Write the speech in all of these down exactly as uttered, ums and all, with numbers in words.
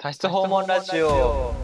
多室訪問ラジオ。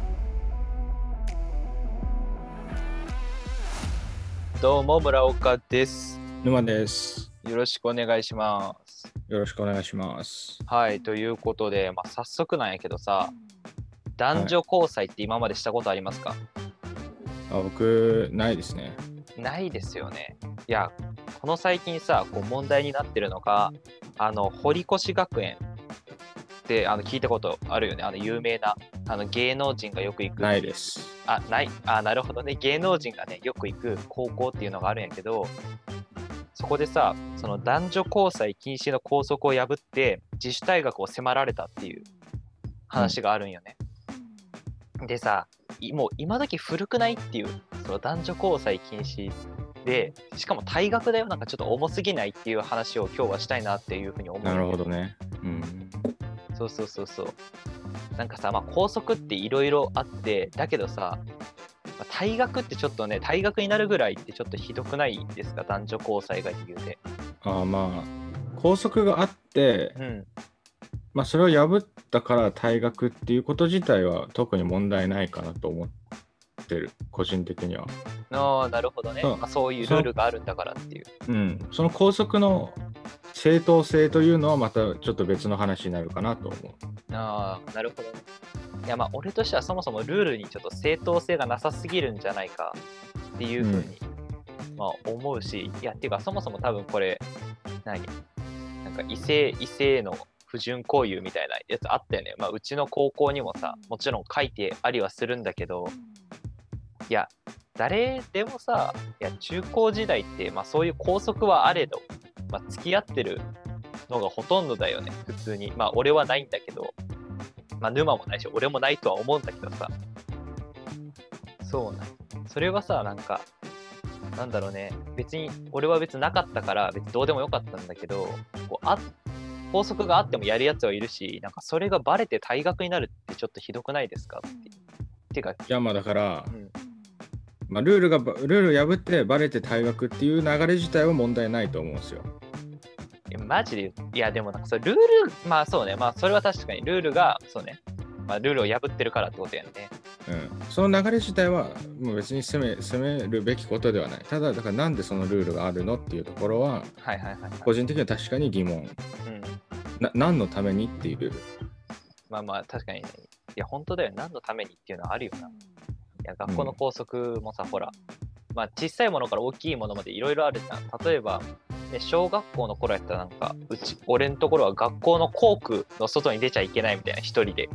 どうも村岡です。 沼です。 よろしくお願いします。 よろしくお願いします。 はい、ということで、まあ、早速なんやけどさ、男女交際って今までしたことありますか？はい、 あ、僕ないですね。 ないですよね。いや、この最近さ、こう問題になってるのが、あの堀越学園ってあの聞いたことあるよね。あの有名なあの芸能人がよく行く。 ないです。 あ、ない。あ、なるほどね。芸能人がねよく行く高校っていうのがあるんやけど、そこでさ、その男女交際禁止の校則を破って自主退学を迫られたっていう話があるんよね。うん、でさ、もう今時古くないっていう、その男女交際禁止で、しかも退学だよ、なんかちょっと重すぎないっていう話を今日はしたいなっていうふうに思う。 なるほどね。うん。 そうそうそうそう。なんかさ、まあ校則っていろいろあって、だけどさ、まあ、退学ってちょっとね、退学になるぐらいってちょっとひどくないですか、男女交際が理由で。 ああ、まあ校則があって、 うん、まあそれを破ったから退学っていうこと自体は特に問題ないかなと思ってる、個人的には。 ああ、なるほどね。そう、まあ、そういうルールがあるんだからっていう。 うん、その校則の正当性というのはまたちょっと別の話になるかなと思う。 ああ、なるほどね。いや、まあ俺としてはそもそもルールにちょっと正当性がなさすぎるんじゃないかっていうふうに、うん、まあ思うし、いやっていうかそもそも多分これ何なんか異性異性の不純交友みたいなやつあったよね。まあうちの高校にもさ、もちろん書いてありはするんだけど、いや誰でもさ、いや中高時代ってまあそういう校則はあれど、まあ、付き合ってるのがほとんどだよね、普通に。まあ俺はないんだけど、まあ沼もないし俺もないとは思うんだけどさ、そうなんそれはさ、なんかなんだろうね、別に俺は別になかったから別にどうでもよかったんだけど、こうあ法則があってもやるやつはいるし、なんかそれがバレて退学になるってちょっとひどくないですかっていう。てか、 いやまあだから、うんまあ、ルールがルールを破ってバレて退学っていう流れ自体は問題ないと思うんですよ。 いやマジで、いやでもなんかそれルール、まあそうね、まあそれは確かにルールがそうね、まあルールを破ってるからってことやんね。 うん、その流れ自体はもう別に責め、責めるべきことではない。ただだからなんでそのルールがあるのっていうところは、はいはいはいはい、個人的には確かに疑問。うん、な何のためにっていう。 まあまあ確かにね。いや本当だよ、何のためにっていうのはあるよな。いや学校の校則もさ、うん、ほら、まあ小さいものから大きいものまでいろいろあるじゃん。例えば、ね、小学校の頃やったらなんかうち俺のところは学校の校区の外に出ちゃいけないみたいな、一人で。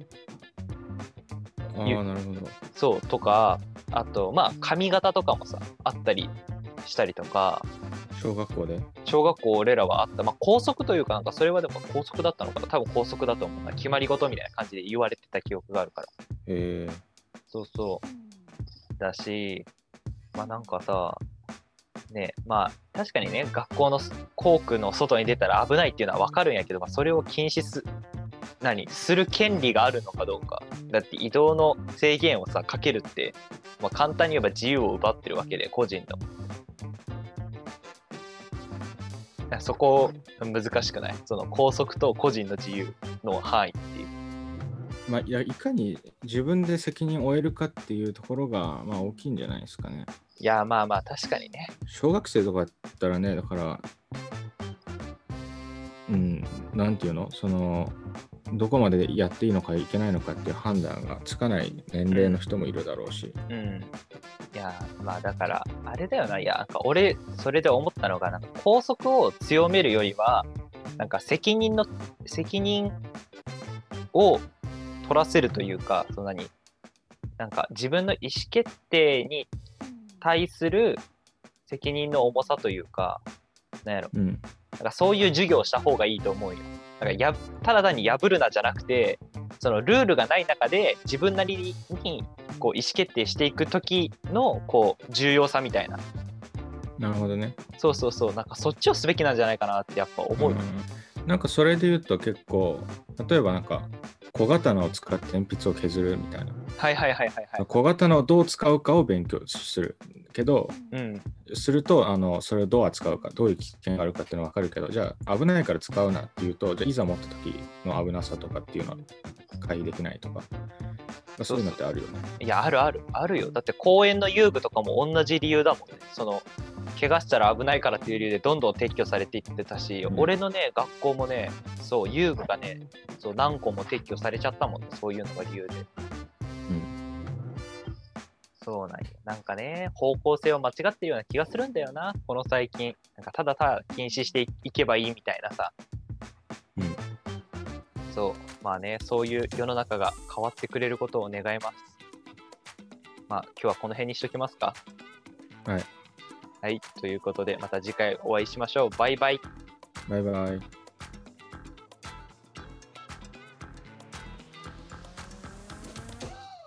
ああ、なるほど。 そうとか、あとまあ髪型とかもさあったりしたりとか。 小学校で小学校俺らはあった。まあ校則というか、なんかそれはでも校則だったのかな、多分校則だと思うな。決まり事みたいな感じで言われてた記憶があるから。 へえ。 そうそうだし、まあなんかさね、まあ確かにね、学校の校区の外に出たら危ないっていうのは分かるんやけど、まあ、それを禁止す何する権利があるのかどうか。だって移動の制限をさかけるって、まあ、簡単に言えば自由を奪ってるわけで、個人の。そこ難しくない？その校則と個人の自由の範囲っていう。 まあ、いやいかに自分で責任を負えるかっていうところが、まあ、大きいんじゃないですかね。 いやまあまあ確かにね。 小学生とかだったらね、だからうんなんていうの、そのどこまでやっていいのかいけないのかっていう判断がつかない年齢の人もいるだろうし。 うん、うん、いやまあだからあれだよな。いやなんか俺それで思ったのが、なんか校則を強めるよりはなんか責任の責任を取らせるというか、そんなになんか自分の意思決定に対する責任の重さというか、なんやろ、うん、なんかそういう授業をした方がいいと思うよ。なんかやただ単に破るなじゃなくて、そのルールがない中で自分なりにこう意思決定していく時のこう重要さみたいな。 なるほどね。 そうそうそう、なんかそっちをすべきなんじゃないかなってやっぱ思うよ。 うん、なんかそれで言うと結構例えばなんか小刀を使って鉛筆を削るみたいな。 はいはいはいはい、はい。 小刀をどう使うかを勉強するけど、 うん、 するとあのそれをどう扱うか、どういう危険があるかっていうのが分かるけど、じゃあ危ないから使うなっていうと、じゃあいざ持った時の危なさとかっていうのは回避できないとか、そういうのってあるよね。 いや、あるあるあるよ。だって公園の遊具とかも同じ理由だもんね。その怪我したら危ないからっていう理由でどんどん撤去されていってたし、うん、俺のね学校もね、そう遊具がね、そう何個も撤去されちゃったもんね、そういうのが理由で。うん。そうなんよ。なんかね、方向性を間違ってるような気がするんだよな、この最近。なんかただただ禁止していけばいいみたいなさ。うん。そう、まあね、そういう世の中が変わってくれることを願います。まあ今日はこの辺にしときますか。 はい。 はい、ということでまた次回お会いしましょう。バイバイ。 バイバイ。